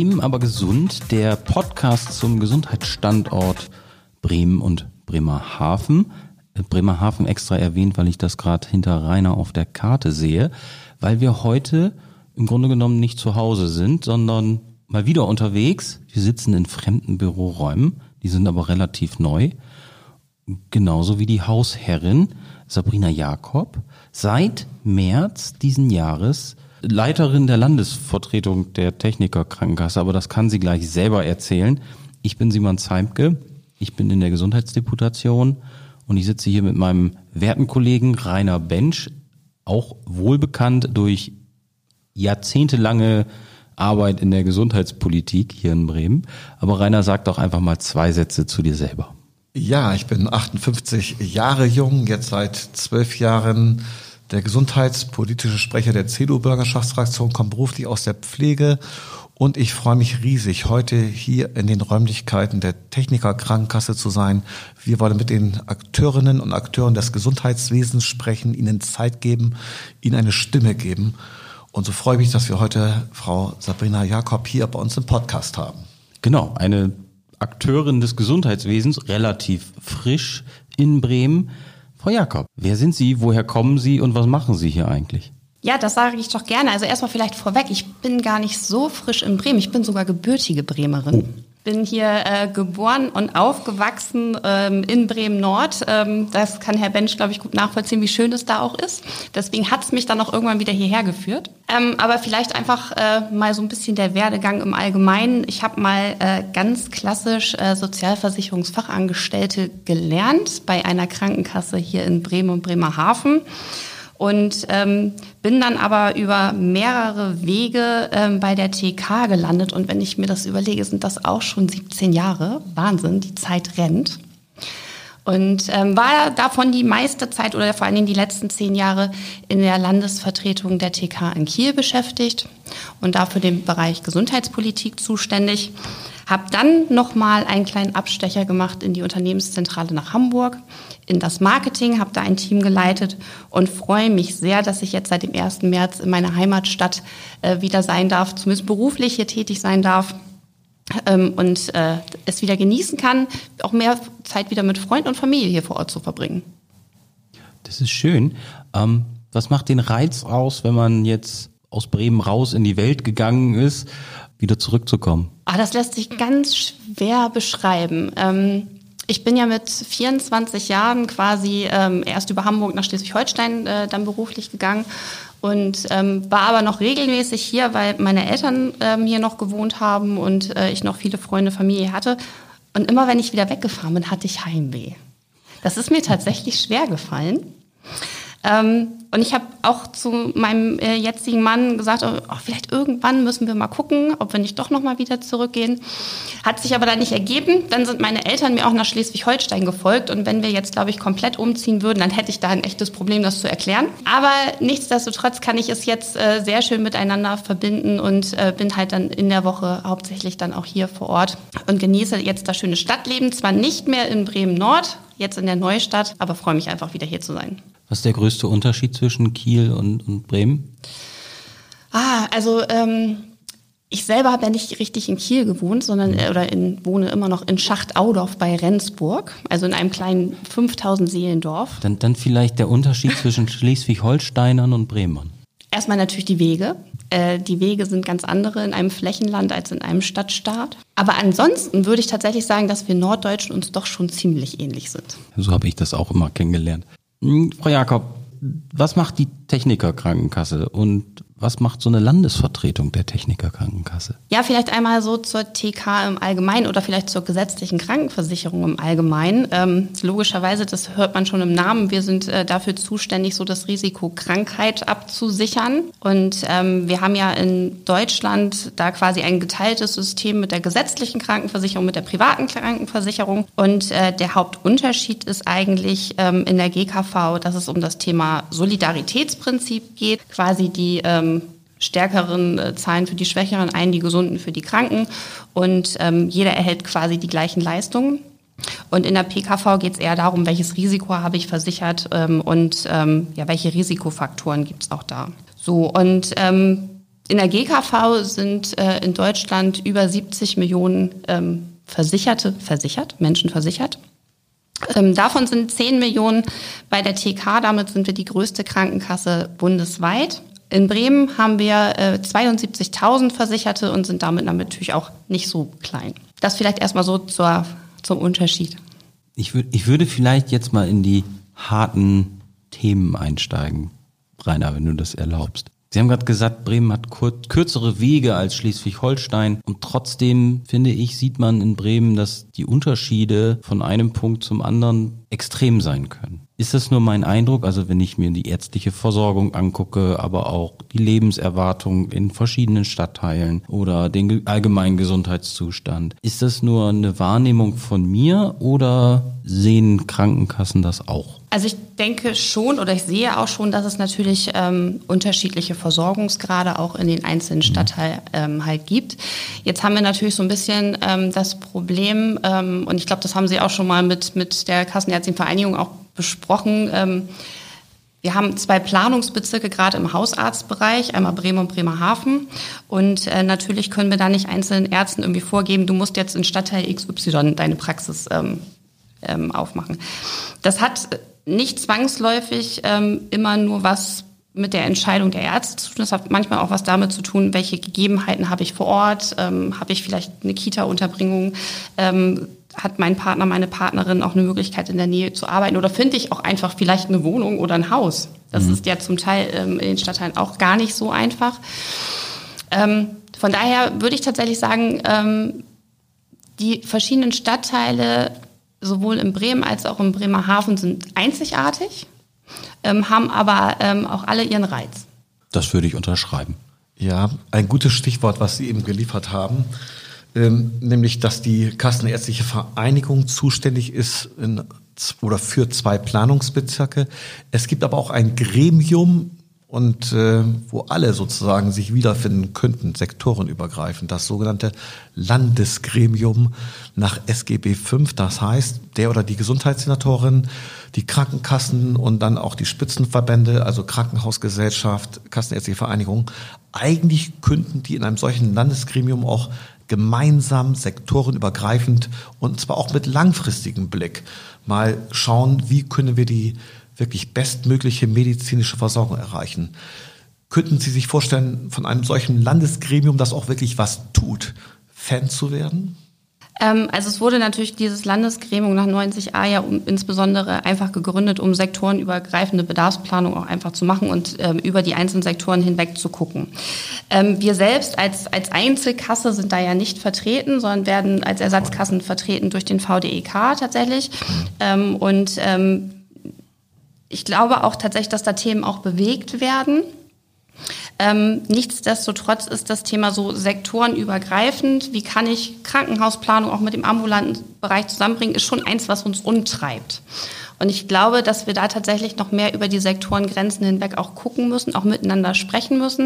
Bremen, aber gesund, der Podcast zum Gesundheitsstandort Bremen und Bremerhaven. Bremerhaven extra erwähnt, weil ich das gerade hinter Rainer auf der Karte sehe, weil wir heute im Grunde genommen nicht zu Hause sind, sondern mal wieder unterwegs. Wir sitzen in fremden Büroräumen, die sind aber relativ neu. Genauso wie die Hausherrin Sabrina Jakob, seit März diesen Jahres Leiterin der Landesvertretung der Techniker Krankenkasse, aber das kann sie gleich selber erzählen. Ich bin Simon Zeimke, ich bin in der Gesundheitsdeputation und ich sitze hier mit meinem werten Kollegen Rainer Bensch, auch wohlbekannt durch jahrzehntelange Arbeit in der Gesundheitspolitik hier in Bremen. Aber Rainer, sag doch einfach mal 2 Sätze zu dir selber. Ja, ich bin 58 Jahre jung, jetzt seit 12 Jahren der gesundheitspolitische Sprecher der CDU-Bürgerschaftsfraktion, komme beruflich aus der Pflege und ich freue mich riesig, heute hier in den Räumlichkeiten der Techniker Krankenkasse zu sein. Wir wollen mit den Akteurinnen und Akteuren des Gesundheitswesens sprechen, ihnen Zeit geben, ihnen eine Stimme geben. Und so freue ich mich, dass wir heute Frau Sabrina Jakob hier bei uns im Podcast haben. Genau, eine Akteurin des Gesundheitswesens, relativ frisch in Bremen. Frau Jakob, wer sind Sie, woher kommen Sie und was machen Sie hier eigentlich? Ja, das sage ich doch gerne. Also erstmal vielleicht vorweg, ich bin gar nicht so frisch in Bremen. Ich bin sogar gebürtige Bremerin. Bin hier geboren und aufgewachsen in Bremen-Nord. Das kann Herr Bensch, glaube ich, gut nachvollziehen, wie schön es da auch ist. Deswegen hat es mich dann auch irgendwann wieder hierher geführt. Aber vielleicht einfach mal so ein bisschen der Werdegang im Allgemeinen. Ich habe mal ganz klassisch Sozialversicherungsfachangestellte gelernt bei einer Krankenkasse hier in Bremen und Bremerhaven. Und bin dann aber über mehrere Wege bei der TK gelandet. Und wenn ich mir das überlege, sind das auch schon 17 Jahre. Wahnsinn, die Zeit rennt. Und war davon die meiste Zeit oder vor allen Dingen die letzten 10 Jahre in der Landesvertretung der TK in Kiel beschäftigt und dafür den Bereich Gesundheitspolitik zuständig. Habe dann nochmal einen kleinen Abstecher gemacht in die Unternehmenszentrale nach Hamburg, in das Marketing, habe da ein Team geleitet und freue mich sehr, dass ich jetzt seit dem 1. März in meiner Heimatstadt wieder sein darf, zumindest beruflich hier tätig sein darf und es wieder genießen kann, auch mehr Zeit wieder mit Freunden und Familie hier vor Ort zu verbringen. Das ist schön. Was macht den Reiz aus, wenn man jetzt aus Bremen raus in die Welt gegangen ist, wieder zurückzukommen? Das lässt sich ganz schwer beschreiben. Ich bin ja mit 24 Jahren quasi erst über Hamburg nach Schleswig-Holstein dann beruflich gegangen und war aber noch regelmäßig hier, weil meine Eltern hier noch gewohnt haben und ich noch viele Freunde, Familie hatte. Und immer wenn ich wieder weggefahren bin, hatte ich Heimweh. Das ist mir tatsächlich schwer gefallen. Und ich habe auch zu meinem jetzigen Mann gesagt, vielleicht irgendwann müssen wir mal gucken, ob wir nicht doch nochmal wieder zurückgehen. Hat sich aber dann nicht ergeben. Dann sind meine Eltern mir auch nach Schleswig-Holstein gefolgt. Und wenn wir jetzt, glaube ich, komplett umziehen würden, dann hätte ich da ein echtes Problem, das zu erklären. Aber nichtsdestotrotz kann ich es jetzt sehr schön miteinander verbinden und bin halt dann in der Woche hauptsächlich dann auch hier vor Ort und genieße jetzt das schöne Stadtleben. Zwar nicht mehr in Bremen-Nord, jetzt in der Neustadt, aber freue mich einfach wieder hier zu sein. Was ist der größte Unterschied zwischen Kiel und Bremen? Ich selber habe ja nicht richtig in Kiel gewohnt, sondern wohne immer noch in Schacht-Audorf bei Rendsburg, also in einem kleinen 5000 Seelendorf. Dann vielleicht der Unterschied zwischen Schleswig-Holsteinern und Bremern. Erstmal natürlich die Wege. Die Wege sind ganz andere in einem Flächenland als in einem Stadtstaat. Aber ansonsten würde ich tatsächlich sagen, dass wir Norddeutschen uns doch schon ziemlich ähnlich sind. So habe ich das auch immer kennengelernt. Frau Jakob, was macht die Techniker Krankenkasse und was macht so eine Landesvertretung der Techniker Krankenkasse? Ja, vielleicht einmal so zur TK im Allgemeinen oder vielleicht zur gesetzlichen Krankenversicherung im Allgemeinen. Logischerweise, das hört man schon im Namen, wir sind dafür zuständig, so das Risiko Krankheit abzusichern. Und wir haben ja in Deutschland da quasi ein geteiltes System mit der gesetzlichen Krankenversicherung, mit der privaten Krankenversicherung. Und der Hauptunterschied ist eigentlich in der GKV, dass es um das Thema Solidaritätsprinzip geht, quasi die Stärkeren zahlen für die Schwächeren ein, die Gesunden für die Kranken und jeder erhält quasi die gleichen Leistungen. Und in der PKV geht es eher darum, welches Risiko habe ich versichert und welche Risikofaktoren gibt es auch da. So, und In der GKV sind in Deutschland über 70 Millionen Menschen versichert. Davon sind 10 Millionen bei der TK, damit sind wir die größte Krankenkasse bundesweit. In Bremen haben wir 72.000 Versicherte und sind damit natürlich auch nicht so klein. Das vielleicht erstmal so zum Unterschied. Ich würde vielleicht jetzt mal in die harten Themen einsteigen, Rainer, wenn du das erlaubst. Sie haben gerade gesagt, Bremen hat kürzere Wege als Schleswig-Holstein und trotzdem, finde ich, sieht man in Bremen, dass die Unterschiede von einem Punkt zum anderen extrem sein können. Ist das nur mein Eindruck? Also wenn ich mir die ärztliche Versorgung angucke, aber auch die Lebenserwartung in verschiedenen Stadtteilen oder den allgemeinen Gesundheitszustand. Ist das nur eine Wahrnehmung von mir oder sehen Krankenkassen das auch? Also ich denke schon oder ich sehe auch schon, dass es natürlich unterschiedliche Versorgungsgrade auch in den einzelnen Stadtteilen halt gibt. Jetzt haben wir natürlich so ein bisschen das Problem, und ich glaube, das haben Sie auch schon mal mit der Kassenärztlichen Vereinigung auch besprochen. Wir haben 2 Planungsbezirke gerade im Hausarztbereich, einmal Bremen und Bremerhaven. Und natürlich können wir da nicht einzelnen Ärzten irgendwie vorgeben, du musst jetzt in Stadtteil XY deine Praxis aufmachen. Das hat nicht zwangsläufig immer nur was mit der Entscheidung der Ärzte zu tun. Das hat manchmal auch was damit zu tun, welche Gegebenheiten habe ich vor Ort, habe ich vielleicht eine Kita-Unterbringung, hat mein Partner, meine Partnerin auch eine Möglichkeit in der Nähe zu arbeiten oder finde ich auch einfach vielleicht eine Wohnung oder ein Haus. Das ist ja zum Teil in den Stadtteilen auch gar nicht so einfach. Von daher würde ich tatsächlich sagen, die verschiedenen Stadtteile sowohl in Bremen als auch in Bremerhaven sind einzigartig, haben aber auch alle ihren Reiz. Das würde ich unterschreiben. Ja, ein gutes Stichwort, was Sie eben geliefert haben, nämlich, dass die Kassenärztliche Vereinigung zuständig ist für 2 Planungsbezirke. Es gibt aber auch ein Gremium, und wo alle sozusagen sich wiederfinden könnten, sektorenübergreifend, das sogenannte Landesgremium nach SGB V. Das heißt, der oder die Gesundheitssenatorin, die Krankenkassen und dann auch die Spitzenverbände, also Krankenhausgesellschaft, Kassenärztliche Vereinigung, eigentlich könnten die in einem solchen Landesgremium auch gemeinsam, sektorenübergreifend und zwar auch mit langfristigem Blick mal schauen, wie können wir die wirklich bestmögliche medizinische Versorgung erreichen. Könnten Sie sich vorstellen, von einem solchen Landesgremium, das auch wirklich was tut, Fan zu werden? Also es wurde natürlich dieses Landesgremium nach 90a ja insbesondere einfach gegründet, um sektorenübergreifende Bedarfsplanung auch einfach zu machen und über die einzelnen Sektoren hinweg zu gucken. Wir selbst als Einzelkasse sind da ja nicht vertreten, sondern werden als Ersatzkassen vertreten durch den VDEK tatsächlich. Ich glaube auch tatsächlich, dass da Themen auch bewegt werden. Nichtsdestotrotz ist das Thema so sektorenübergreifend. Wie kann ich Krankenhausplanung auch mit dem ambulanten Bereich zusammenbringen, ist schon eins, was uns umtreibt. Und ich glaube, dass wir da tatsächlich noch mehr über die Sektorengrenzen hinweg auch gucken müssen, auch miteinander sprechen müssen.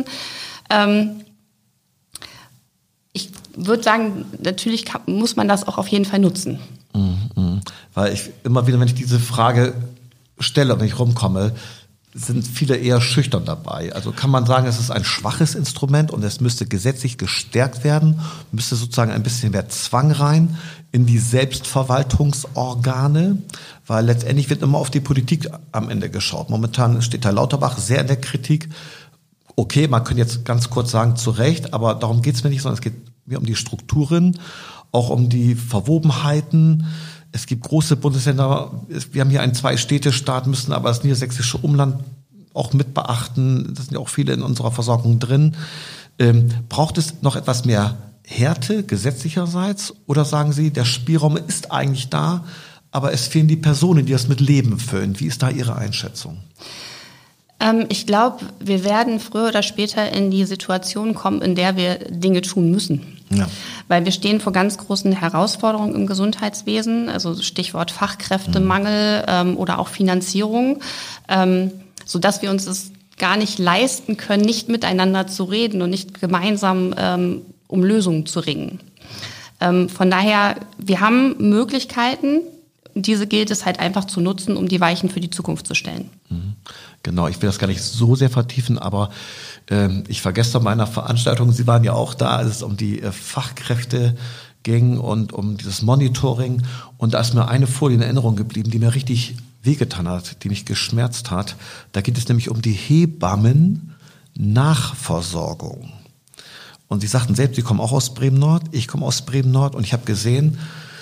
Ich würde sagen, natürlich muss man das auch auf jeden Fall nutzen. Weil ich immer wieder, wenn ich diese Frage stelle, wenn ich rumkomme, sind viele eher schüchtern dabei. Also kann man sagen, es ist ein schwaches Instrument und es müsste gesetzlich gestärkt werden, müsste sozusagen ein bisschen mehr Zwang rein in die Selbstverwaltungsorgane, weil letztendlich wird immer auf die Politik am Ende geschaut. Momentan steht Herr Lauterbach sehr in der Kritik. Okay, man könnte jetzt ganz kurz sagen, zu Recht, aber darum geht es mir nicht, sondern es geht mir um die Strukturen, auch um die Verwobenheiten. Es gibt große Bundesländer, wir haben hier einen 2-Städte-Staat, müssen aber das niedersächsische Umland auch mit beachten. Da sind ja auch viele in unserer Versorgung drin. Braucht es noch etwas mehr Härte gesetzlicherseits oder sagen Sie, der Spielraum ist eigentlich da, aber es fehlen die Personen, die das mit Leben füllen? Wie ist da Ihre Einschätzung? Ich glaube, wir werden früher oder später in die Situation kommen, in der wir Dinge tun müssen. Ja. Weil wir stehen vor ganz großen Herausforderungen im Gesundheitswesen, also Stichwort Fachkräftemangel oder auch Finanzierung, sodass wir uns es gar nicht leisten können, nicht miteinander zu reden und nicht gemeinsam um Lösungen zu ringen. Von daher, wir haben Möglichkeiten, diese gilt es halt einfach zu nutzen, um die Weichen für die Zukunft zu stellen. Genau, ich will das gar nicht so sehr vertiefen, aber ich vergesse bei meiner Veranstaltung, Sie waren ja auch da, als es um die Fachkräfte ging und um dieses Monitoring. Und da ist mir eine Folie in Erinnerung geblieben, die mir richtig wehgetan hat, die mich geschmerzt hat. Da geht es nämlich um die Hebammen-Nachversorgung. Und Sie sagten selbst, Sie kommen auch aus Bremen-Nord, ich komme aus Bremen-Nord und ich habe gesehen,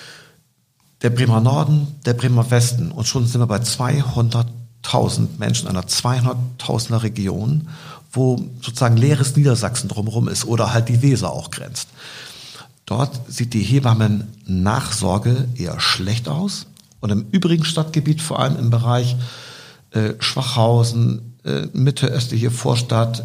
der Bremer Norden, der Bremer Westen und schon sind wir bei 200.000 Menschen, einer 200.000er Region, wo sozusagen leeres Niedersachsen drumherum ist oder halt die Weser auch grenzt. Dort sieht die Hebammen-Nachsorge eher schlecht aus und im übrigen Stadtgebiet, vor allem im Bereich Schwachhausen, Mitte, östliche Vorstadt,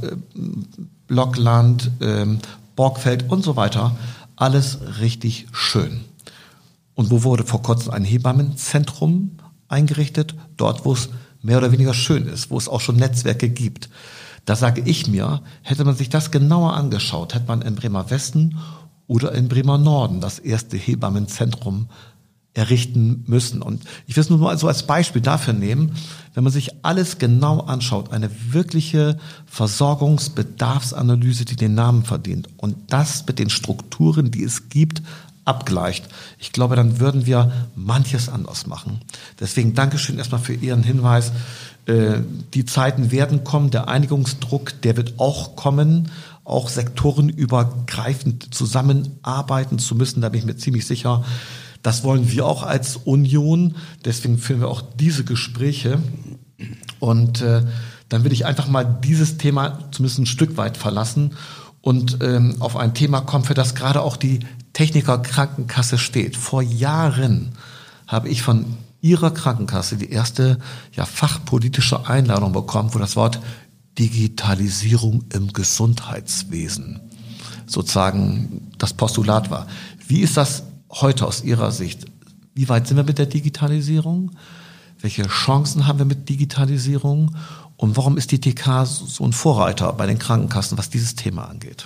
Blockland, Borgfeld und so weiter, alles richtig schön. Und wo wurde vor kurzem ein Hebammenzentrum eingerichtet? Dort, wo es mehr oder weniger schön ist, wo es auch schon Netzwerke gibt. Da sage ich mir, hätte man sich das genauer angeschaut, hätte man in Bremer Westen oder in Bremer Norden das erste Hebammenzentrum errichten müssen. Und ich will es nur mal so als Beispiel dafür nehmen, wenn man sich alles genau anschaut, eine wirkliche Versorgungsbedarfsanalyse, die den Namen verdient und das mit den Strukturen, die es gibt, abgleicht. Ich glaube, dann würden wir manches anders machen. Deswegen Dankeschön erstmal für Ihren Hinweis. Die Zeiten werden kommen, der Einigungsdruck, der wird auch kommen, auch sektorenübergreifend zusammenarbeiten zu müssen, da bin ich mir ziemlich sicher. Das wollen wir auch als Union, deswegen führen wir auch diese Gespräche. Und dann will ich einfach mal dieses Thema zumindest ein Stück weit verlassen und auf ein Thema kommen, für das gerade auch die Techniker Krankenkasse steht. Vor Jahren habe ich von Ihrer Krankenkasse die erste fachpolitische Einladung bekommen, wo das Wort Digitalisierung im Gesundheitswesen sozusagen das Postulat war. Wie ist das heute aus Ihrer Sicht? Wie weit sind wir mit der Digitalisierung? Welche Chancen haben wir mit Digitalisierung? Und warum ist die TK so ein Vorreiter bei den Krankenkassen, was dieses Thema angeht?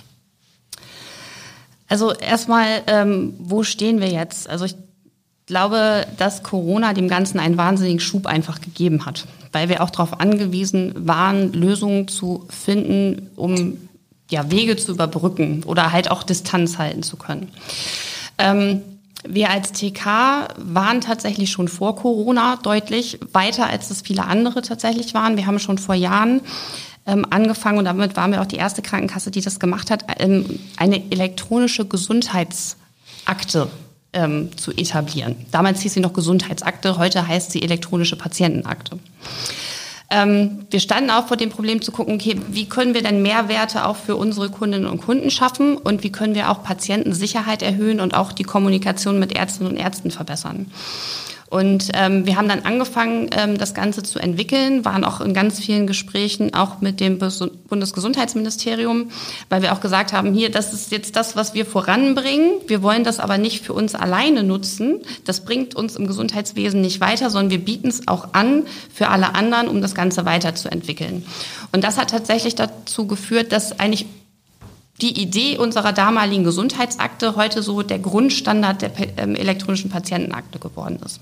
Also erstmal, wo stehen wir jetzt? Also ich glaube, dass Corona dem Ganzen einen wahnsinnigen Schub einfach gegeben hat, weil wir auch darauf angewiesen waren, Lösungen zu finden, um Wege zu überbrücken oder halt auch Distanz halten zu können. Wir als TK waren tatsächlich schon vor Corona deutlich weiter, als es viele andere tatsächlich waren. Wir haben schon vor Jahren angefangen, und damit waren wir auch die erste Krankenkasse, die das gemacht hat, eine elektronische Gesundheitsakte zu etablieren. Damals hieß sie noch Gesundheitsakte, heute heißt sie elektronische Patientenakte. Wir standen auch vor dem Problem zu gucken, okay, wie können wir denn Mehrwerte auch für unsere Kundinnen und Kunden schaffen und wie können wir auch Patientensicherheit erhöhen und auch die Kommunikation mit Ärztinnen und Ärzten verbessern. Und wir haben dann angefangen, das Ganze zu entwickeln, waren auch in ganz vielen Gesprächen auch mit dem Bundesgesundheitsministerium, weil wir auch gesagt haben, hier, das ist jetzt das, was wir voranbringen. Wir wollen das aber nicht für uns alleine nutzen. Das bringt uns im Gesundheitswesen nicht weiter, sondern wir bieten es auch an für alle anderen, um das Ganze weiterzuentwickeln. Und das hat tatsächlich dazu geführt, dass eigentlich die Idee unserer damaligen Gesundheitsakte heute so der Grundstandard der elektronischen Patientenakte geworden ist.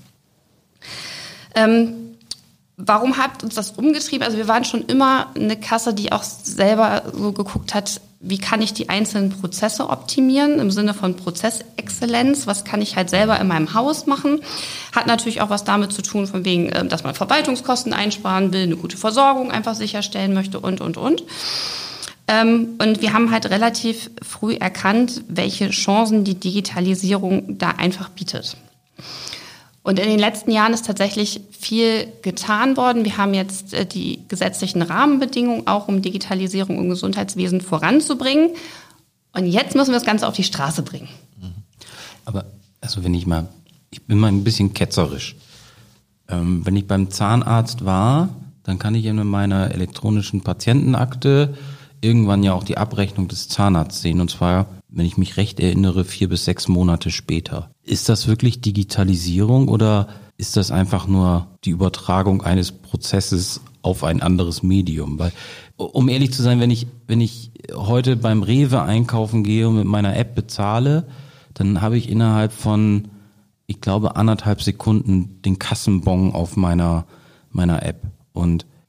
Warum hat uns das umgetrieben? Also wir waren schon immer eine Kasse, die auch selber so geguckt hat, wie kann ich die einzelnen Prozesse optimieren im Sinne von Prozessexzellenz? Was kann ich halt selber in meinem Haus machen? Hat natürlich auch was damit zu tun, von wegen, dass man Verwaltungskosten einsparen will, eine gute Versorgung einfach sicherstellen möchte und. Und wir haben halt relativ früh erkannt, welche Chancen die Digitalisierung da einfach bietet. Und in den letzten Jahren ist tatsächlich viel getan worden. Wir haben jetzt die gesetzlichen Rahmenbedingungen, auch um Digitalisierung im Gesundheitswesen voranzubringen. Und jetzt müssen wir das Ganze auf die Straße bringen. Aber also ich bin mal ein bisschen ketzerisch. Wenn ich beim Zahnarzt war, dann kann ich in meiner elektronischen Patientenakte irgendwann ja auch die Abrechnung des Zahnarztes sehen. Und zwar, wenn ich mich recht erinnere, 4 bis 6 Monate später. Ist das wirklich Digitalisierung oder ist das einfach nur die Übertragung eines Prozesses auf ein anderes Medium? Weil, um ehrlich zu sein, wenn ich heute beim Rewe einkaufen gehe und mit meiner App bezahle, dann habe ich innerhalb von, ich glaube, 1,5 Sekunden den Kassenbon auf meiner App. Und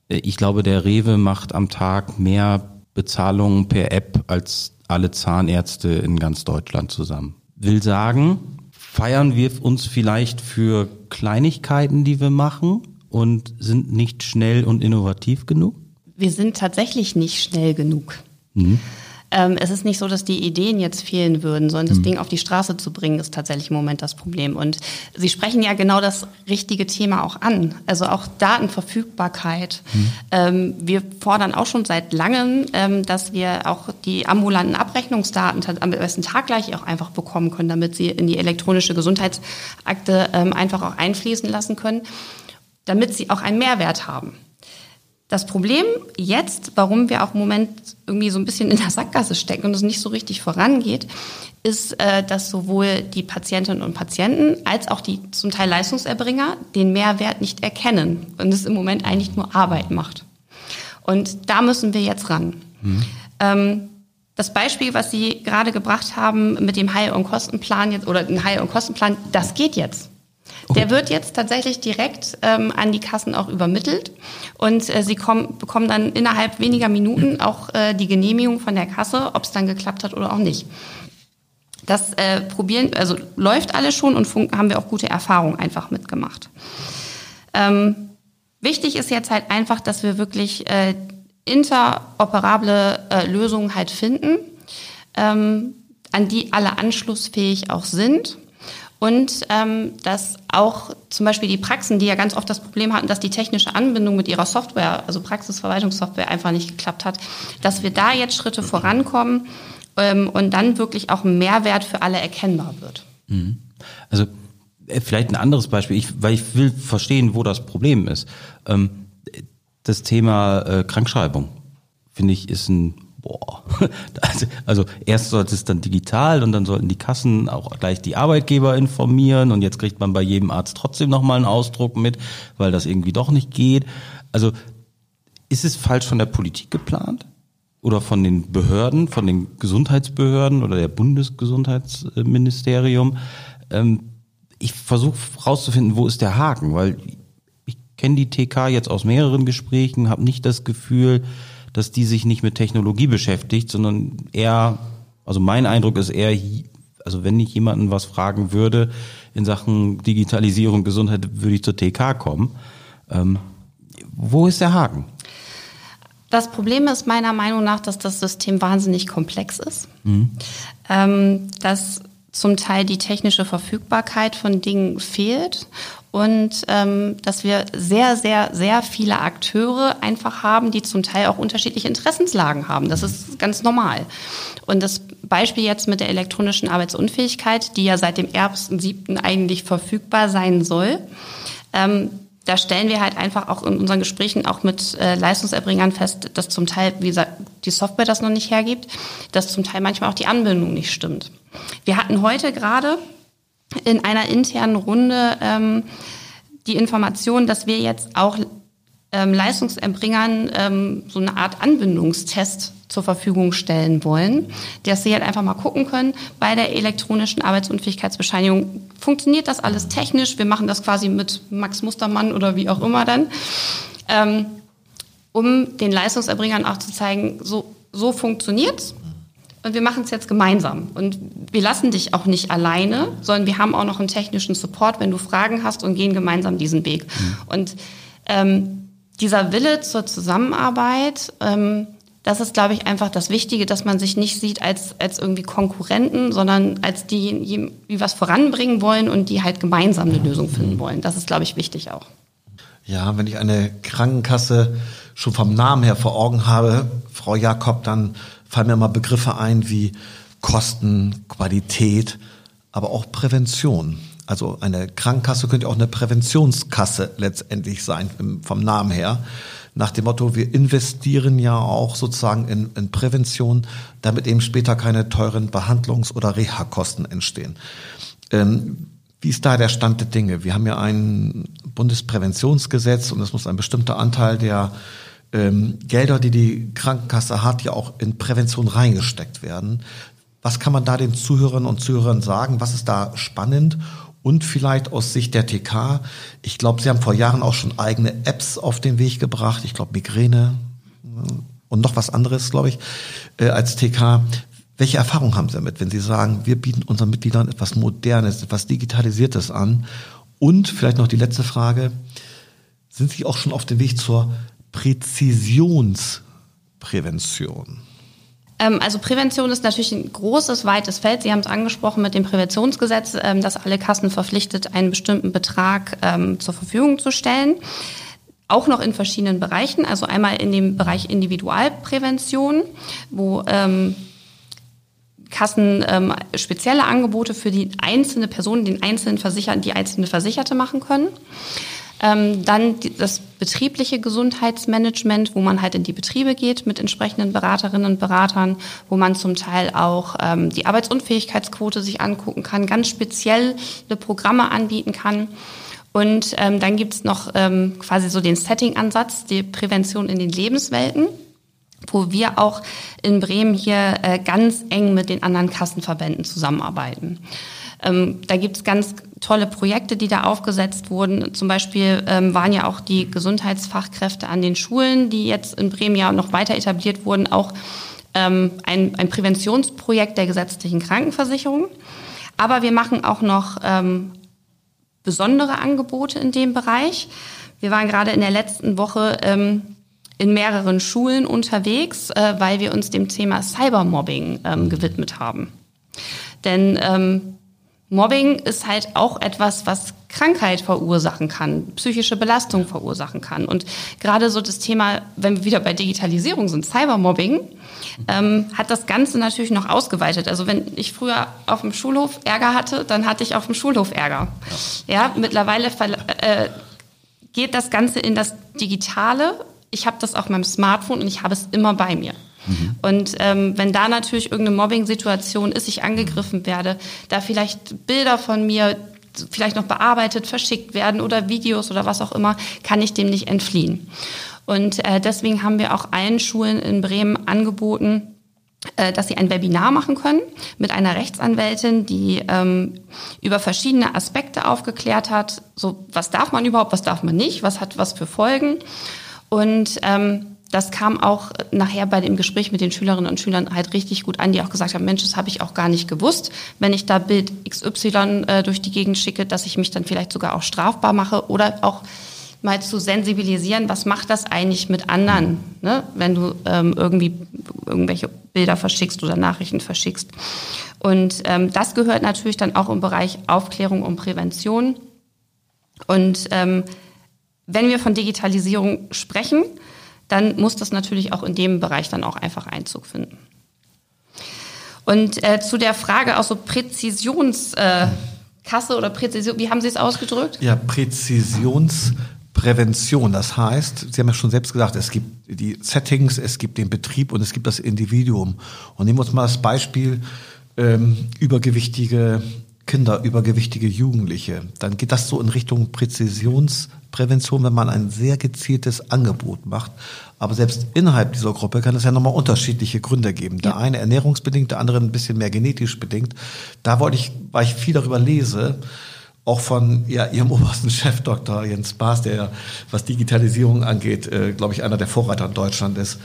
Ich glaube, der Rewe macht am Tag mehr Bezahlungen per App als alle Zahnärzte in ganz Deutschland zusammen. Will sagen, feiern wir uns vielleicht für Kleinigkeiten, die wir machen und sind nicht schnell und innovativ genug? Wir sind tatsächlich nicht schnell genug. Es ist nicht so, dass die Ideen jetzt fehlen würden, sondern das Ding auf die Straße zu bringen, ist tatsächlich im Moment das Problem. Und Sie sprechen ja genau das richtige Thema auch an. Also auch Datenverfügbarkeit. Wir fordern auch schon seit langem, dass wir auch die ambulanten Abrechnungsdaten am besten taggleich auch einfach bekommen können, damit sie in die elektronische Gesundheitsakte einfach auch einfließen lassen können, damit sie auch einen Mehrwert haben. Das Problem jetzt, warum wir auch im Moment irgendwie so ein bisschen in der Sackgasse stecken und es nicht so richtig vorangeht, ist, dass sowohl die Patientinnen und Patienten als auch die zum Teil Leistungserbringer den Mehrwert nicht erkennen und es im Moment eigentlich nur Arbeit macht. Und da müssen wir jetzt ran. Das Beispiel, was Sie gerade gebracht haben mit dem Heil- und Kostenplan jetzt oder den Heil- und Kostenplan, das geht jetzt. Der wird jetzt tatsächlich direkt an die Kassen auch übermittelt und sie bekommen dann innerhalb weniger Minuten auch die Genehmigung von der Kasse, ob es dann geklappt hat oder auch nicht. Das läuft alles schon und haben wir auch gute Erfahrungen einfach mitgemacht. Wichtig ist jetzt halt einfach, dass wir wirklich interoperable Lösungen halt finden, an die alle anschlussfähig auch sind. Und dass auch zum Beispiel die Praxen, die ja ganz oft das Problem hatten, dass die technische Anbindung mit ihrer Software, also Praxisverwaltungssoftware, einfach nicht geklappt hat, dass wir da jetzt Schritte vorankommen und dann wirklich auch ein Mehrwert für alle erkennbar wird. Also vielleicht ein anderes Beispiel, weil ich will verstehen, wo das Problem ist. Das Thema Krankschreibung, finde ich, ist ein Also erst sollte es dann digital und dann sollten die Kassen auch gleich die Arbeitgeber informieren und jetzt kriegt man bei jedem Arzt trotzdem nochmal einen Ausdruck mit, weil das irgendwie doch nicht geht. Also ist es falsch von der Politik geplant oder von den Behörden, von den Gesundheitsbehörden oder der Bundesgesundheitsministerium? Ich versuche rauszufinden, wo ist der Haken, weil ich kenne die TK jetzt aus mehreren Gesprächen, habe nicht das Gefühl, dass die sich nicht mit Technologie beschäftigt, sondern eher, also mein Eindruck ist eher, also wenn ich jemanden was fragen würde in Sachen Digitalisierung, Gesundheit, würde ich zur TK kommen. Wo ist der Haken? Das Problem ist meiner Meinung nach, dass das System wahnsinnig komplex ist. Dass zum Teil die technische Verfügbarkeit von Dingen fehlt und dass wir sehr, sehr, sehr viele Akteure einfach haben, die zum Teil auch unterschiedliche Interessenslagen haben. Das ist ganz normal. Und das Beispiel jetzt mit der elektronischen Arbeitsunfähigkeit, die ja seit dem 1.7. eigentlich verfügbar sein soll, da stellen wir halt einfach auch in unseren Gesprächen auch mit Leistungserbringern fest, dass zum Teil, wie gesagt, die Software das noch nicht hergibt, dass zum Teil manchmal auch die Anbindung nicht stimmt. Wir hatten heute gerade in einer internen Runde die Information, dass wir jetzt auch Leistungserbringern so eine Art Anbindungstest zur Verfügung stellen wollen, dass sie halt einfach mal gucken können, bei der elektronischen Arbeitsunfähigkeitsbescheinigung, funktioniert das alles technisch? Wir machen das quasi mit Max Mustermann oder wie auch immer dann, um den Leistungserbringern auch zu zeigen, so funktioniert's. Und wir machen es jetzt gemeinsam. Und wir lassen dich auch nicht alleine, sondern wir haben auch noch einen technischen Support, wenn du Fragen hast und gehen gemeinsam diesen Weg. Und dieser Wille zur Zusammenarbeit, das ist, glaube ich, einfach das Wichtige, dass man sich nicht sieht als irgendwie Konkurrenten, sondern als die was voranbringen wollen und die halt gemeinsam eine Lösung finden wollen. Das ist, glaube ich, wichtig auch. Ja, wenn ich eine Krankenkasse schon vom Namen her vor Augen habe, Frau Jakob, dann fallen mir mal Begriffe ein wie Kosten, Qualität, aber auch Prävention. Also eine Krankenkasse könnte auch eine Präventionskasse letztendlich sein, vom Namen her. Nach dem Motto, wir investieren ja auch sozusagen in Prävention, damit eben später keine teuren Behandlungs- oder Reha-Kosten entstehen. Wie ist da der Stand der Dinge? Wir haben ja ein Bundespräventionsgesetz und es muss ein bestimmter Anteil der Gelder, die die Krankenkasse hat, ja auch in Prävention reingesteckt werden. Was kann man da den Zuhörerinnen und Zuhörern sagen? Was ist da spannend? Und vielleicht aus Sicht der TK, ich glaube, Sie haben vor Jahren auch schon eigene Apps auf den Weg gebracht. Ich glaube, Migräne und noch was anderes, glaube ich, als TK. Welche Erfahrungen haben Sie damit, wenn Sie sagen, wir bieten unseren Mitgliedern etwas Modernes, etwas Digitalisiertes an? Und vielleicht noch die letzte Frage, sind Sie auch schon auf dem Weg zur Präzisionsprävention? Also Prävention ist natürlich ein großes, weites Feld. Sie haben es angesprochen mit dem Präventionsgesetz, dass alle Kassen verpflichtet, einen bestimmten Betrag zur Verfügung zu stellen. Auch noch in verschiedenen Bereichen. Also einmal in dem Bereich Individualprävention, wo Kassen spezielle Angebote für die einzelne Person, den einzelnen Versicherten, die einzelne Versicherte machen können. Dann das betriebliche Gesundheitsmanagement, wo man halt in die Betriebe geht mit entsprechenden Beraterinnen und Beratern, wo man zum Teil auch die Arbeitsunfähigkeitsquote sich angucken kann, ganz spezielle Programme anbieten kann. Und dann gibt's noch quasi so den Setting-Ansatz, die Prävention in den Lebenswelten, wo wir auch in Bremen hier ganz eng mit den anderen Kassenverbänden zusammenarbeiten. Da gibt's ganz tolle Projekte, die da aufgesetzt wurden. Zum Beispiel waren ja auch die Gesundheitsfachkräfte an den Schulen, die jetzt in Bremen ja noch weiter etabliert wurden, auch ein Präventionsprojekt der gesetzlichen Krankenversicherung. Aber wir machen auch noch besondere Angebote in dem Bereich. Wir waren gerade in der letzten Woche in mehreren Schulen unterwegs, weil wir uns dem Thema Cybermobbing gewidmet haben. Denn Mobbing ist halt auch etwas, was Krankheit verursachen kann, psychische Belastung verursachen kann. Und gerade so das Thema, wenn wir wieder bei Digitalisierung sind, Cybermobbing, hat das Ganze natürlich noch ausgeweitet. Also wenn ich früher auf dem Schulhof Ärger hatte, dann hatte ich auf dem Schulhof Ärger. Ja, mittlerweile geht das Ganze in das Digitale. Ich habe das auf meinem Smartphone und ich habe es immer bei mir. Und wenn da natürlich irgendeine Mobbing-Situation ist, ich angegriffen werde, da vielleicht Bilder von mir vielleicht noch bearbeitet, verschickt werden oder Videos oder was auch immer, kann ich dem nicht entfliehen. Und deswegen haben wir auch allen Schulen in Bremen angeboten, dass sie ein Webinar machen können mit einer Rechtsanwältin, die über verschiedene Aspekte aufgeklärt hat. So, was darf man überhaupt, was darf man nicht, was hat was für Folgen. Und das kam auch nachher bei dem Gespräch mit den Schülerinnen und Schülern halt richtig gut an, die auch gesagt haben, Mensch, das habe ich auch gar nicht gewusst. Wenn ich da Bild XY durch die Gegend schicke, dass ich mich dann vielleicht sogar auch strafbar mache oder auch mal zu sensibilisieren, was macht das eigentlich mit anderen, ne? Wenn du irgendwie irgendwelche Bilder verschickst oder Nachrichten verschickst. Und das gehört natürlich dann auch im Bereich Aufklärung und Prävention. Und wenn wir von Digitalisierung sprechen, dann muss das natürlich auch in dem Bereich dann auch einfach Einzug finden. Und zu der Frage auch so Präzisionskasse oder Präzision, wie haben Sie es ausgedrückt? Ja, Präzisionsprävention. Das heißt, Sie haben ja schon selbst gesagt, es gibt die Settings, es gibt den Betrieb und es gibt das Individuum. Und nehmen wir uns mal das Beispiel übergewichtige Kinder, übergewichtige Jugendliche. Dann geht das so in Richtung Präzisionsprävention, wenn man ein sehr gezieltes Angebot macht. Aber selbst innerhalb dieser Gruppe kann es ja nochmal unterschiedliche Gründe geben. Der eine ernährungsbedingt, der andere ein bisschen mehr genetisch bedingt. Da weil ich viel darüber lese, auch von Ihrem obersten Chef, Dr. Jens Baas, der, was Digitalisierung angeht, glaube ich, einer der Vorreiter in Deutschland ist.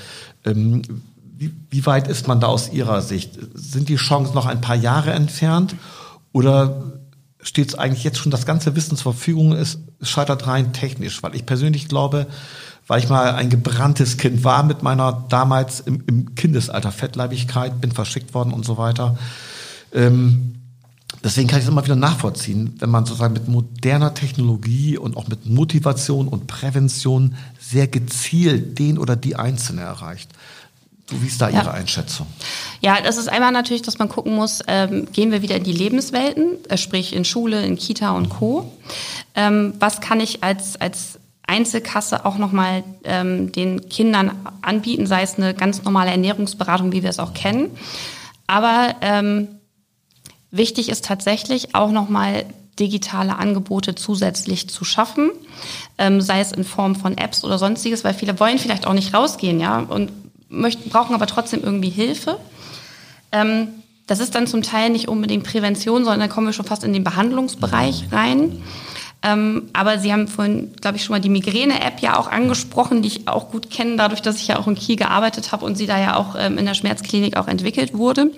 Wie weit ist man da aus Ihrer Sicht? Sind die Chancen noch ein paar Jahre entfernt? Oder steht es eigentlich jetzt schon, das ganze Wissen zur Verfügung ist, es scheitert rein technisch? Weil ich persönlich glaube, weil ich mal ein gebranntes Kind war mit meiner damals im Kindesalter Fettleibigkeit, bin verschickt worden und so weiter. Deswegen kann ich es immer wieder nachvollziehen, wenn man sozusagen mit moderner Technologie und auch mit Motivation und Prävention sehr gezielt den oder die Einzelne erreicht. Wie ist da Ihre Einschätzung? Ja, das ist einmal natürlich, dass man gucken muss, gehen wir wieder in die Lebenswelten, sprich in Schule, in Kita und Co. Was kann ich als Einzelkasse auch nochmal den Kindern anbieten, sei es eine ganz normale Ernährungsberatung, wie wir es auch kennen. Aber wichtig ist tatsächlich auch nochmal digitale Angebote zusätzlich zu schaffen, sei es in Form von Apps oder sonstiges, weil viele wollen vielleicht auch nicht rausgehen, ja, und brauchen aber trotzdem irgendwie Hilfe. Das ist dann zum Teil nicht unbedingt Prävention, sondern dann kommen wir schon fast in den Behandlungsbereich rein. Aber Sie haben vorhin, glaube ich, schon mal die Migräne-App ja auch angesprochen, die ich auch gut kenne, dadurch, dass ich ja auch in Kiel gearbeitet habe und sie da ja auch in der Schmerzklinik auch entwickelt wurde.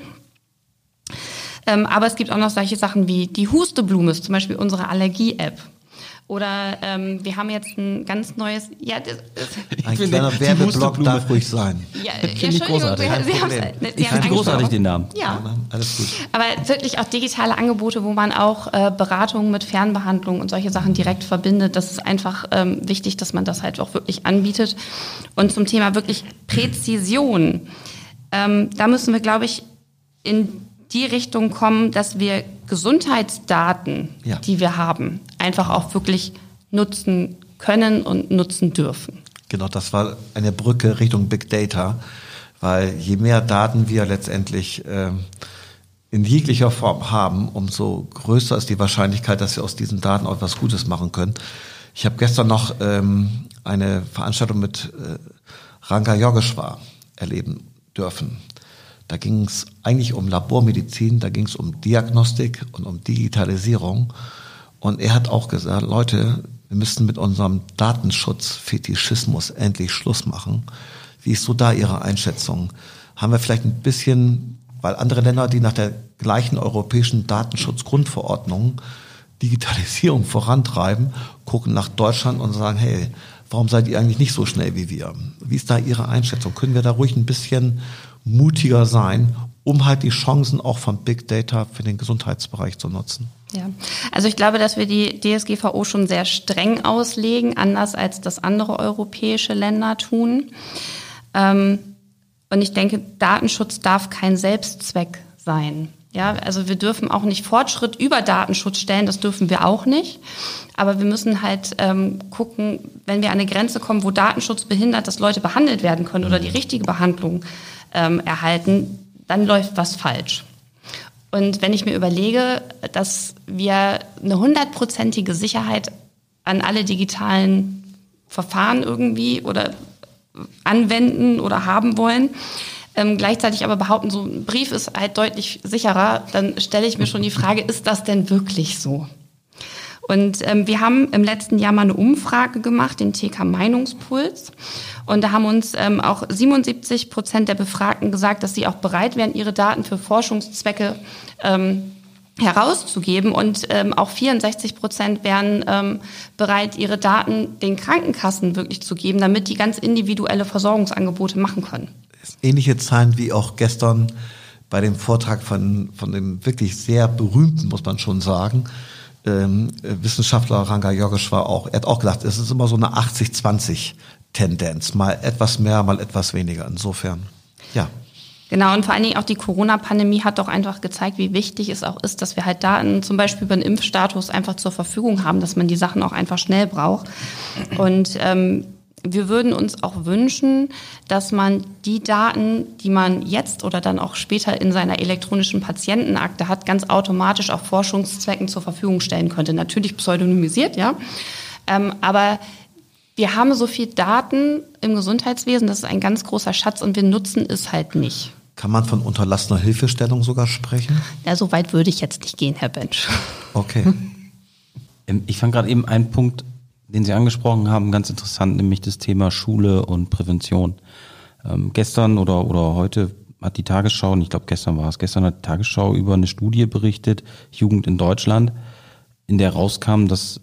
Aber es gibt auch noch solche Sachen wie die Husteblume, ist zum Beispiel unsere Allergie-App. Oder wir haben jetzt ein ganz neues... Ja, ein kleiner Werbeblock darf ruhig sein. Ja, Finde ich großartig. Ich finde großartig den Namen. Ja, alles gut. aber wirklich auch digitale Angebote, wo man auch Beratungen mit Fernbehandlung und solche Sachen direkt verbindet. Das ist einfach wichtig, dass man das halt auch wirklich anbietet. Und zum Thema wirklich Präzision, da müssen wir, glaube ich, in die Richtung kommen, dass wir Gesundheitsdaten, die wir haben, einfach auch wirklich nutzen können und nutzen dürfen. Genau, das war eine Brücke Richtung Big Data, weil je mehr Daten wir letztendlich in jeglicher Form haben, umso größer ist die Wahrscheinlichkeit, dass wir aus diesen Daten auch etwas Gutes machen können. Ich habe gestern noch eine Veranstaltung mit Ranga Yogeshwar erleben dürfen. Da ging es eigentlich um Labormedizin, da ging es um Diagnostik und um Digitalisierung. Und er hat auch gesagt, Leute, wir müssen mit unserem Datenschutz-Fetischismus endlich Schluss machen. Wie ist so da Ihre Einschätzung? Haben wir vielleicht ein bisschen, weil andere Länder, die nach der gleichen europäischen Datenschutzgrundverordnung Digitalisierung vorantreiben, gucken nach Deutschland und sagen, hey, warum seid ihr eigentlich nicht so schnell wie wir? Wie ist da Ihre Einschätzung? Können wir da ruhig ein bisschen mutiger sein, um halt die Chancen auch von Big Data für den Gesundheitsbereich zu nutzen? Ja, also ich glaube, dass wir die DSGVO schon sehr streng auslegen, anders als das andere europäische Länder tun. Und ich denke, Datenschutz darf kein Selbstzweck sein. Ja, also wir dürfen auch nicht Fortschritt über Datenschutz stellen, das dürfen wir auch nicht. Aber wir müssen halt gucken, wenn wir an eine Grenze kommen, wo Datenschutz behindert, dass Leute behandelt werden können oder die richtige Behandlung erhalten, dann läuft was falsch. Und wenn ich mir überlege, dass wir eine 100%ige Sicherheit an alle digitalen Verfahren irgendwie oder anwenden oder haben wollen, gleichzeitig aber behaupten, so ein Brief ist halt deutlich sicherer, dann stelle ich mir schon die Frage, ist das denn wirklich so? Und wir haben im letzten Jahr mal eine Umfrage gemacht, den TK Meinungspuls. Und da haben uns auch 77% der Befragten gesagt, dass sie auch bereit wären, ihre Daten für Forschungszwecke herauszugeben. Und auch 64% wären bereit, ihre Daten den Krankenkassen wirklich zu geben, damit die ganz individuelle Versorgungsangebote machen können. Ähnliche Zahlen wie auch gestern bei dem Vortrag von dem wirklich sehr berühmten, muss man schon sagen, Wissenschaftler Ranga Yogeshwar auch. Er hat auch gesagt, es ist immer so eine 80-20-Tendenz. Mal etwas mehr, mal etwas weniger. Insofern, ja. Genau, und vor allen Dingen auch die Corona-Pandemie hat doch einfach gezeigt, wie wichtig es auch ist, dass wir halt Daten zum Beispiel über den Impfstatus einfach zur Verfügung haben, dass man die Sachen auch einfach schnell braucht. Und wir würden uns auch wünschen, dass man die Daten, die man jetzt oder dann auch später in seiner elektronischen Patientenakte hat, ganz automatisch auf Forschungszwecken zur Verfügung stellen könnte. Natürlich pseudonymisiert, ja. Aber wir haben so viel Daten im Gesundheitswesen, das ist ein ganz großer Schatz und wir nutzen es halt nicht. Kann man von unterlassener Hilfestellung sogar sprechen? Ja, so weit würde ich jetzt nicht gehen, Herr Bensch. Okay. Ich fand gerade eben einen Punkt, den Sie angesprochen haben, ganz interessant, nämlich das Thema Schule und Prävention. Gestern oder heute hat die Tagesschau, und ich glaube gestern hat die Tagesschau über eine Studie berichtet, Jugend in Deutschland, in der rauskam, dass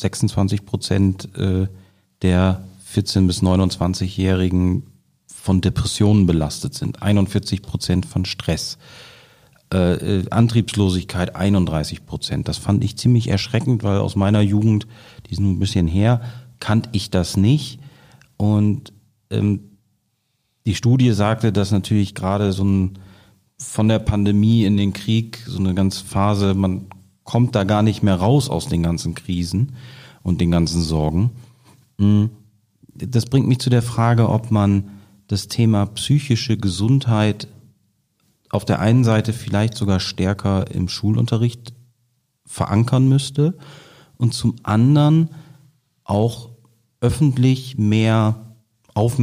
26% der 14- bis 29-Jährigen von Depressionen belastet sind, 41% von Stress. Antriebslosigkeit 31%. Das fand ich ziemlich erschreckend, weil aus meiner Jugend, die ist nun ein bisschen her, kannte ich das nicht. Und die Studie sagte, dass natürlich gerade von der Pandemie in den Krieg, so eine ganze Phase, man kommt da gar nicht mehr raus aus den ganzen Krisen und den ganzen Sorgen. Das bringt mich zu der Frage, ob man das Thema psychische Gesundheit auf der einen Seite vielleicht sogar stärker im Schulunterricht verankern müsste und zum anderen auch öffentlich mehr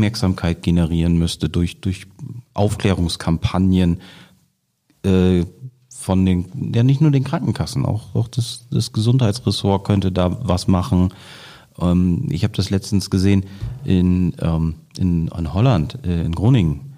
Aufmerksamkeit generieren müsste durch Aufklärungskampagnen, von nicht nur den Krankenkassen, auch das Gesundheitsressort könnte da was machen. Ich habe das letztens gesehen in Holland, in Groningen,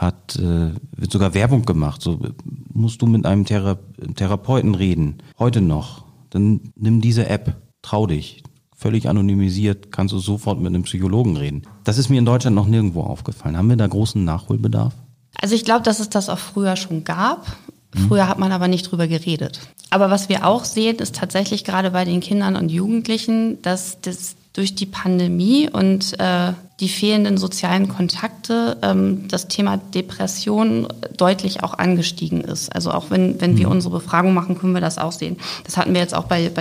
wird sogar Werbung gemacht. So musst du mit einem Therapeuten reden, heute noch, dann nimm diese App, trau dich. Völlig anonymisiert, kannst du sofort mit einem Psychologen reden. Das ist mir in Deutschland noch nirgendwo aufgefallen. Haben wir da großen Nachholbedarf? Also ich glaube, dass es das auch früher schon gab. Früher hat man aber nicht drüber geredet. Aber was wir auch sehen, ist tatsächlich gerade bei den Kindern und Jugendlichen, dass das durch die Pandemie und die fehlenden sozialen Kontakte das Thema Depression deutlich auch angestiegen ist. Also auch wenn wir unsere Befragung machen, können wir das auch sehen. Das hatten wir jetzt auch bei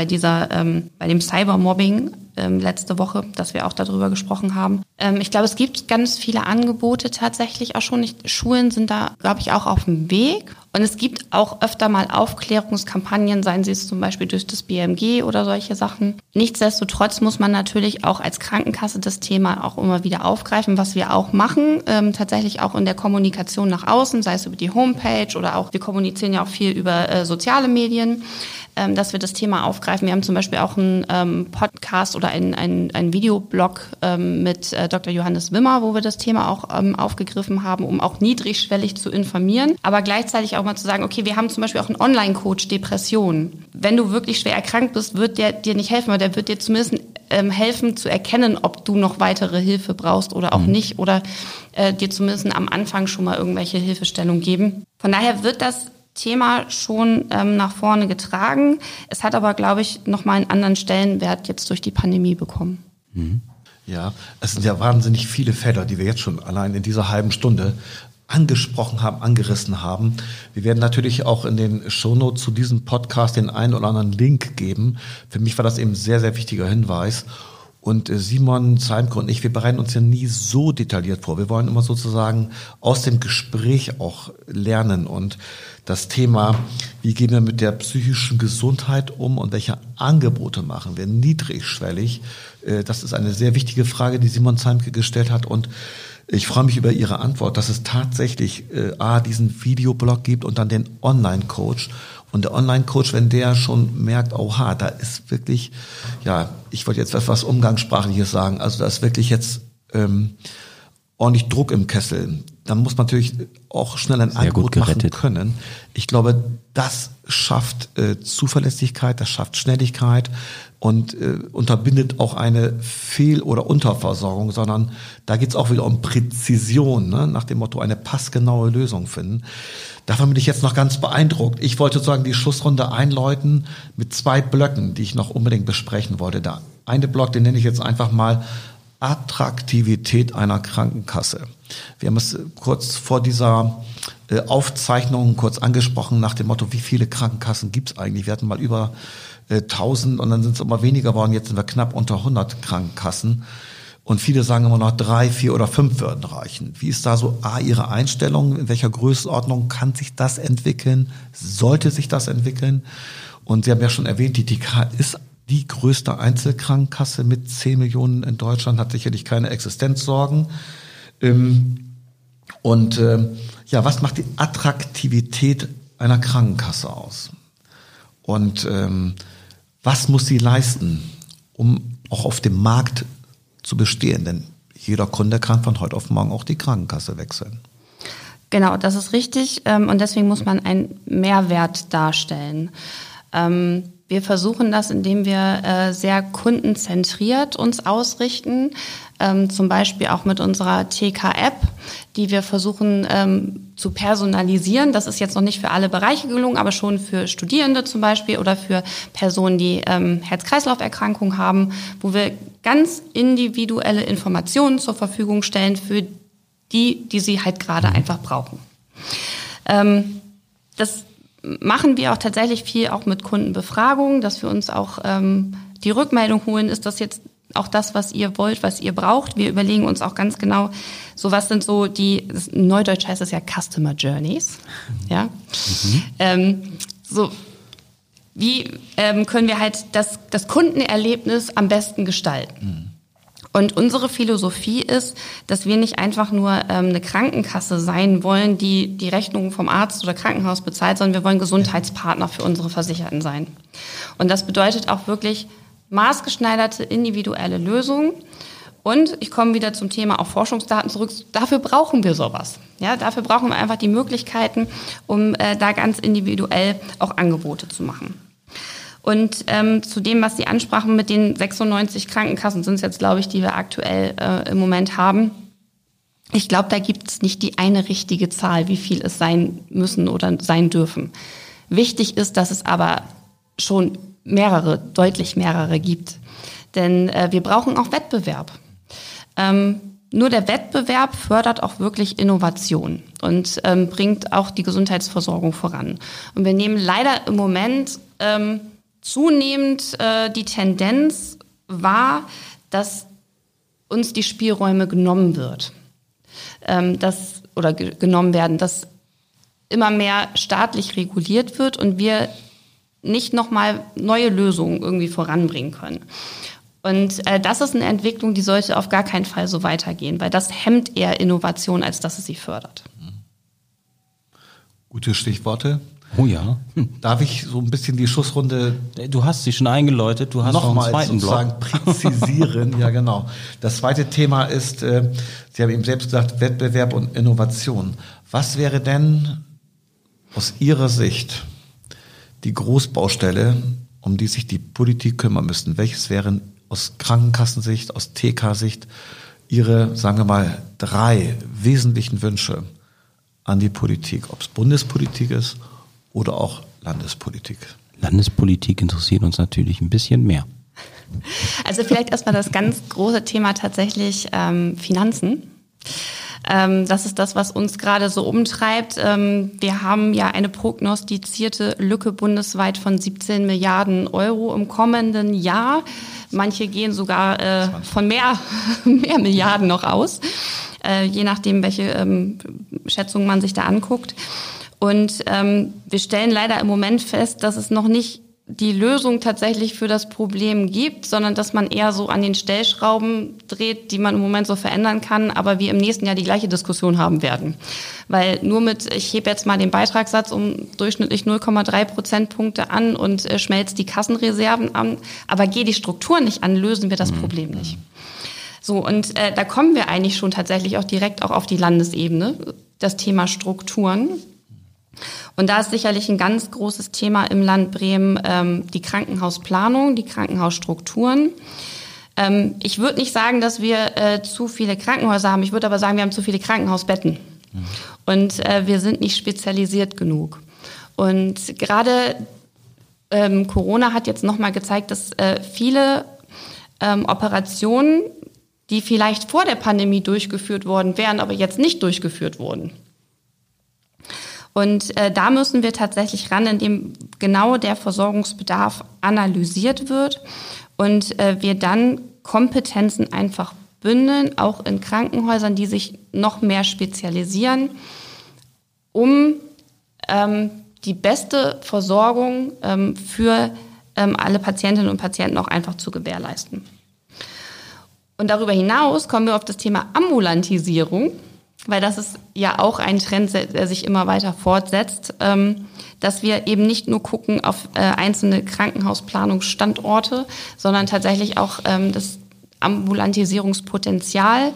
dem Cybermobbing letzte Woche, dass wir auch darüber gesprochen haben. Ich glaube, es gibt ganz viele Angebote tatsächlich auch schon. Schulen sind da, glaube ich, auch auf dem Weg. Und es gibt auch öfter mal Aufklärungskampagnen, seien sie es zum Beispiel durch das BMG oder solche Sachen. Nichtsdestotrotz muss man natürlich auch als Krankenkasse das Thema auch immer wieder aufgreifen, was wir auch machen, tatsächlich auch in der Kommunikation nach außen, sei es über die Homepage oder auch, wir kommunizieren ja auch viel über soziale Medien, dass wir das Thema aufgreifen. Wir haben zum Beispiel auch einen Podcast oder einen Videoblog mit Dr. Johannes Wimmer, wo wir das Thema auch aufgegriffen haben, um auch niedrigschwellig zu informieren, aber gleichzeitig auch mal zu sagen, okay, wir haben zum Beispiel auch einen Online-Coach Depression. Wenn du wirklich schwer erkrankt bist, wird der dir nicht helfen, aber der wird dir zumindest helfen zu erkennen, ob du noch weitere Hilfe brauchst oder auch nicht oder dir zumindest am Anfang schon mal irgendwelche Hilfestellung geben. Von daher wird das Thema schon nach vorne getragen. Es hat aber, glaube ich, nochmal einen anderen Stellenwert jetzt durch die Pandemie bekommen. Ja, es sind ja wahnsinnig viele Felder, die wir jetzt schon allein in dieser halben Stunde angesprochen haben, angerissen haben. Wir werden natürlich auch in den Shownotes zu diesem Podcast den einen oder anderen Link geben. Für mich war das eben ein sehr, sehr wichtiger Hinweis. Und Simon Zeimke und ich, wir bereiten uns ja nie so detailliert vor. Wir wollen immer sozusagen aus dem Gespräch auch lernen und das Thema, wie gehen wir mit der psychischen Gesundheit um und welche Angebote machen wir niedrigschwellig, das ist eine sehr wichtige Frage, die Simon Zeimke gestellt hat und ich freue mich über Ihre Antwort, dass es tatsächlich diesen Videoblog gibt und dann den Online-Coach. Und der Online-Coach, wenn der schon merkt, oha, da ist wirklich, ja, ich wollte jetzt etwas Umgangssprachliches sagen, also da ist wirklich jetzt ordentlich Druck im Kessel. Dann muss man natürlich auch schnell ein Angebot machen können. Ich glaube, das schafft Zuverlässigkeit, das schafft Schnelligkeit und unterbindet auch eine Fehl- oder Unterversorgung, sondern da geht es auch wieder um Präzision, ne? Nach dem Motto eine passgenaue Lösung finden. Davon bin ich jetzt noch ganz beeindruckt. Ich wollte sozusagen die Schlussrunde einläuten mit 2 Blöcken, die ich noch unbedingt besprechen wollte. Der eine Block, den nenne ich jetzt einfach mal Attraktivität einer Krankenkasse. Wir haben es kurz vor dieser Aufzeichnung kurz angesprochen nach dem Motto, wie viele Krankenkassen gibt es eigentlich? Wir hatten mal über 1000 und dann sind es immer weniger geworden. Jetzt sind wir knapp unter 100 Krankenkassen. Und viele sagen immer noch 3, 4 oder 5 würden reichen. Wie ist da so Ihre Einstellung? In welcher Größenordnung kann sich das entwickeln? Sollte sich das entwickeln? Und Sie haben ja schon erwähnt, die DK ist die größte Einzelkrankenkasse mit 10 Millionen in Deutschland, hat sicherlich keine Existenzsorgen. Was macht die Attraktivität einer Krankenkasse aus? Und was muss sie leisten, um auch auf dem Markt zu bestehen? Denn jeder Kunde kann von heute auf morgen auch die Krankenkasse wechseln. Genau, das ist richtig. Und deswegen muss man einen Mehrwert darstellen. Wir versuchen das, indem wir sehr kundenzentriert uns ausrichten, zum Beispiel auch mit unserer TK-App, die wir versuchen zu personalisieren. Das ist jetzt noch nicht für alle Bereiche gelungen, aber schon für Studierende zum Beispiel oder für Personen, die Herz-Kreislauf-Erkrankungen haben, wo wir ganz individuelle Informationen zur Verfügung stellen für die sie halt gerade einfach brauchen. Das machen wir auch tatsächlich viel auch mit Kundenbefragungen, dass wir uns auch die Rückmeldung holen, ist das jetzt auch das, was ihr wollt, was ihr braucht. Wir überlegen uns auch ganz genau, so was sind so in Neudeutsch heißt es ja Customer Journeys. Ja? Wie können wir halt das Kundenerlebnis am besten gestalten? Und unsere Philosophie ist, dass wir nicht einfach nur eine Krankenkasse sein wollen, die die Rechnungen vom Arzt oder Krankenhaus bezahlt, sondern wir wollen Gesundheitspartner für unsere Versicherten sein. Und das bedeutet auch wirklich maßgeschneiderte individuelle Lösungen. Und ich komme wieder zum Thema auch Forschungsdaten zurück. Dafür brauchen wir sowas. Ja, dafür brauchen wir einfach die Möglichkeiten, um da ganz individuell auch Angebote zu machen. Und zu dem, was Sie ansprachen mit den 96 Krankenkassen, sind es jetzt, glaube ich, die wir aktuell im Moment haben. Ich glaube, da gibt es nicht die eine richtige Zahl, wie viel es sein müssen oder sein dürfen. Wichtig ist, dass es aber schon deutlich mehrere gibt. Denn wir brauchen auch Wettbewerb. Nur der Wettbewerb fördert auch wirklich Innovation und bringt auch die Gesundheitsversorgung voran. Und wir nehmen leider im Moment zunehmend die Tendenz wahr, dass uns die Spielräume genommen werden, dass immer mehr staatlich reguliert wird und wir nicht nochmal neue Lösungen irgendwie voranbringen können. Und das ist eine Entwicklung, die sollte auf gar keinen Fall so weitergehen, weil das hemmt eher Innovation, als dass es sie fördert. Gute Stichworte. Oh ja. Darf ich so ein bisschen die Schussrunde... Du hast sie schon eingeläutet, du hast noch einen zweiten Block. Präzisieren. Ja, genau. Das zweite Thema ist, Sie haben eben selbst gesagt, Wettbewerb und Innovation. Was wäre denn aus Ihrer Sicht die Großbaustelle, um die sich die Politik kümmern müsste? Welches wären aus Krankenkassensicht, aus TK-Sicht Ihre, sagen wir mal, 3 wesentlichen Wünsche an die Politik? Ob es Bundespolitik ist oder auch Landespolitik? Landespolitik interessiert uns natürlich ein bisschen mehr. Also vielleicht erstmal das ganz große Thema tatsächlich Finanzen. Das ist das, was uns gerade so umtreibt. Wir haben ja eine prognostizierte Lücke bundesweit von 17 Milliarden Euro im kommenden Jahr. Manche gehen sogar von mehr Milliarden noch aus, je nachdem, welche Schätzungen man sich da anguckt. Und wir stellen leider im Moment fest, dass es noch nicht die Lösung tatsächlich für das Problem gibt, sondern dass man eher so an den Stellschrauben dreht, die man im Moment so verändern kann, aber wir im nächsten Jahr die gleiche Diskussion haben werden. Weil nur ich hebe jetzt mal den Beitragssatz um durchschnittlich 0,3 Prozentpunkte an und schmelze die Kassenreserven an, aber gehe die Strukturen nicht an, lösen wir das Problem nicht. So, und da kommen wir eigentlich schon tatsächlich auch direkt auch auf die Landesebene, das Thema Strukturen. Und da ist sicherlich ein ganz großes Thema im Land Bremen die Krankenhausstrukturen. Ich würde nicht sagen, dass wir zu viele Krankenhäuser haben. Ich würde aber sagen, wir haben zu viele Krankenhausbetten. Und wir sind nicht spezialisiert genug. Und gerade Corona hat jetzt nochmal gezeigt, dass viele Operationen, die vielleicht vor der Pandemie durchgeführt worden wären, aber jetzt nicht durchgeführt wurden. Und da müssen wir tatsächlich ran, indem genau der Versorgungsbedarf analysiert wird und wir dann Kompetenzen einfach bündeln, auch in Krankenhäusern, die sich noch mehr spezialisieren, um die beste Versorgung für alle Patientinnen und Patienten auch einfach zu gewährleisten. Und darüber hinaus kommen wir auf das Thema Ambulantisierung, weil das ist ja auch ein Trend, der sich immer weiter fortsetzt, dass wir eben nicht nur gucken auf einzelne Krankenhausplanungsstandorte, sondern tatsächlich auch das Ambulantisierungspotenzial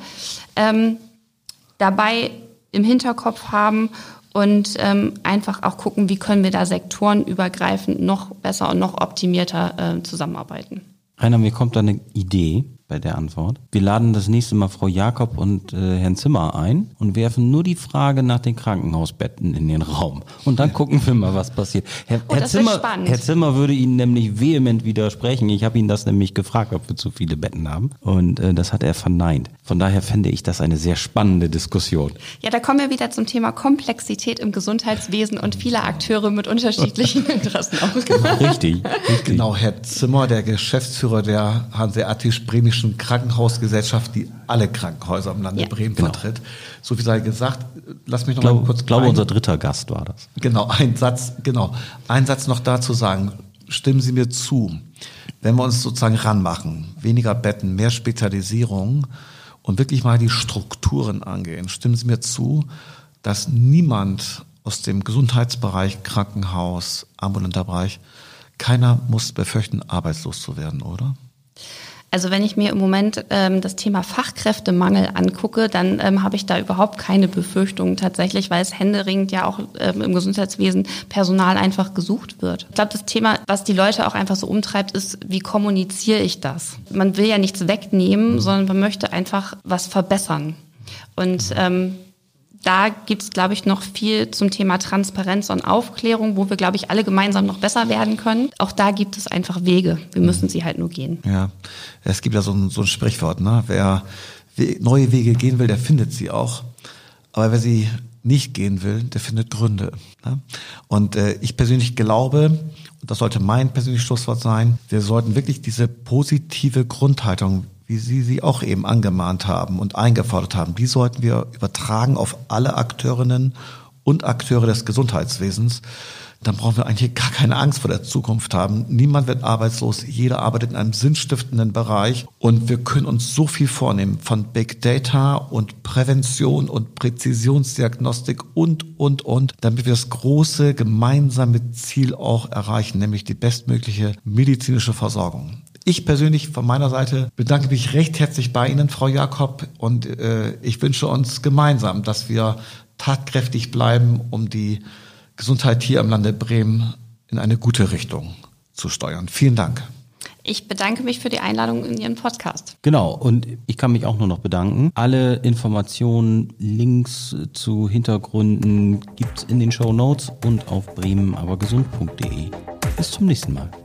dabei im Hinterkopf haben und einfach auch gucken, wie können wir da sektorenübergreifend noch besser und noch optimierter zusammenarbeiten. Rainer, mir kommt da eine Idee bei der Antwort. Wir laden das nächste Mal Frau Jakob und Herrn Zimmer ein und werfen nur die Frage nach den Krankenhausbetten in den Raum. Und dann gucken wir mal, was passiert. Herr Zimmer würde Ihnen nämlich vehement widersprechen. Ich habe ihn das nämlich gefragt, ob wir zu viele Betten haben. Und das hat er verneint. Von daher fände ich das eine sehr spannende Diskussion. Ja, da kommen wir wieder zum Thema Komplexität im Gesundheitswesen und viele Akteure mit unterschiedlichen Interessen auch. Richtig. Genau, Herr Zimmer, der Geschäftsführer der Hanseatisch-Bremischen Krankenhausgesellschaft, die alle Krankenhäuser im Lande Bremen vertritt. So viel sei gesagt. Lass mich noch mal kurz. Ich glaube, unser dritter Gast war das. Ein Satz noch dazu sagen. stimmen Sie mir zu, wenn wir uns sozusagen ranmachen, weniger Betten, mehr Spezialisierung und wirklich mal die Strukturen angehen, stimmen Sie mir zu, dass niemand aus dem Gesundheitsbereich, Krankenhaus, ambulanter Bereich, keiner muss befürchten, arbeitslos zu werden, oder? Also wenn ich mir im Moment das Thema Fachkräftemangel angucke, dann habe ich da überhaupt keine Befürchtungen tatsächlich, weil es händeringend ja auch im Gesundheitswesen Personal einfach gesucht wird. Ich glaube, das Thema, was die Leute auch einfach so umtreibt, ist, wie kommuniziere ich das? Man will ja nichts wegnehmen, sondern man möchte einfach was verbessern. Und da gibt es, glaube ich, noch viel zum Thema Transparenz und Aufklärung, wo wir, glaube ich, alle gemeinsam noch besser werden können. Auch da gibt es einfach Wege. Wir müssen sie halt nur gehen. Ja, es gibt ja so ein Sprichwort, ne? Wer neue Wege gehen will, der findet sie auch. Aber wer sie nicht gehen will, der findet Gründe. Ne? Und ich persönlich glaube, und das sollte mein persönliches Schlusswort sein, wir sollten wirklich diese positive Grundhaltung, wie Sie auch eben angemahnt haben und eingefordert haben, die sollten wir übertragen auf alle Akteurinnen und Akteure des Gesundheitswesens. Dann brauchen wir eigentlich gar keine Angst vor der Zukunft haben. Niemand wird arbeitslos, jeder arbeitet in einem sinnstiftenden Bereich und wir können uns so viel vornehmen von Big Data und Prävention und Präzisionsdiagnostik und, damit wir das große gemeinsame Ziel auch erreichen, nämlich die bestmögliche medizinische Versorgung. Ich persönlich von meiner Seite bedanke mich recht herzlich bei Ihnen, Frau Jakob, und ich wünsche uns gemeinsam, dass wir tatkräftig bleiben, um die Gesundheit hier im Lande Bremen in eine gute Richtung zu steuern. Vielen Dank. Ich bedanke mich für die Einladung in Ihren Podcast. Genau, und ich kann mich auch nur noch bedanken. Alle Informationen, Links zu Hintergründen gibt's in den Shownotes und auf bremenabergesund.de. Bis zum nächsten Mal.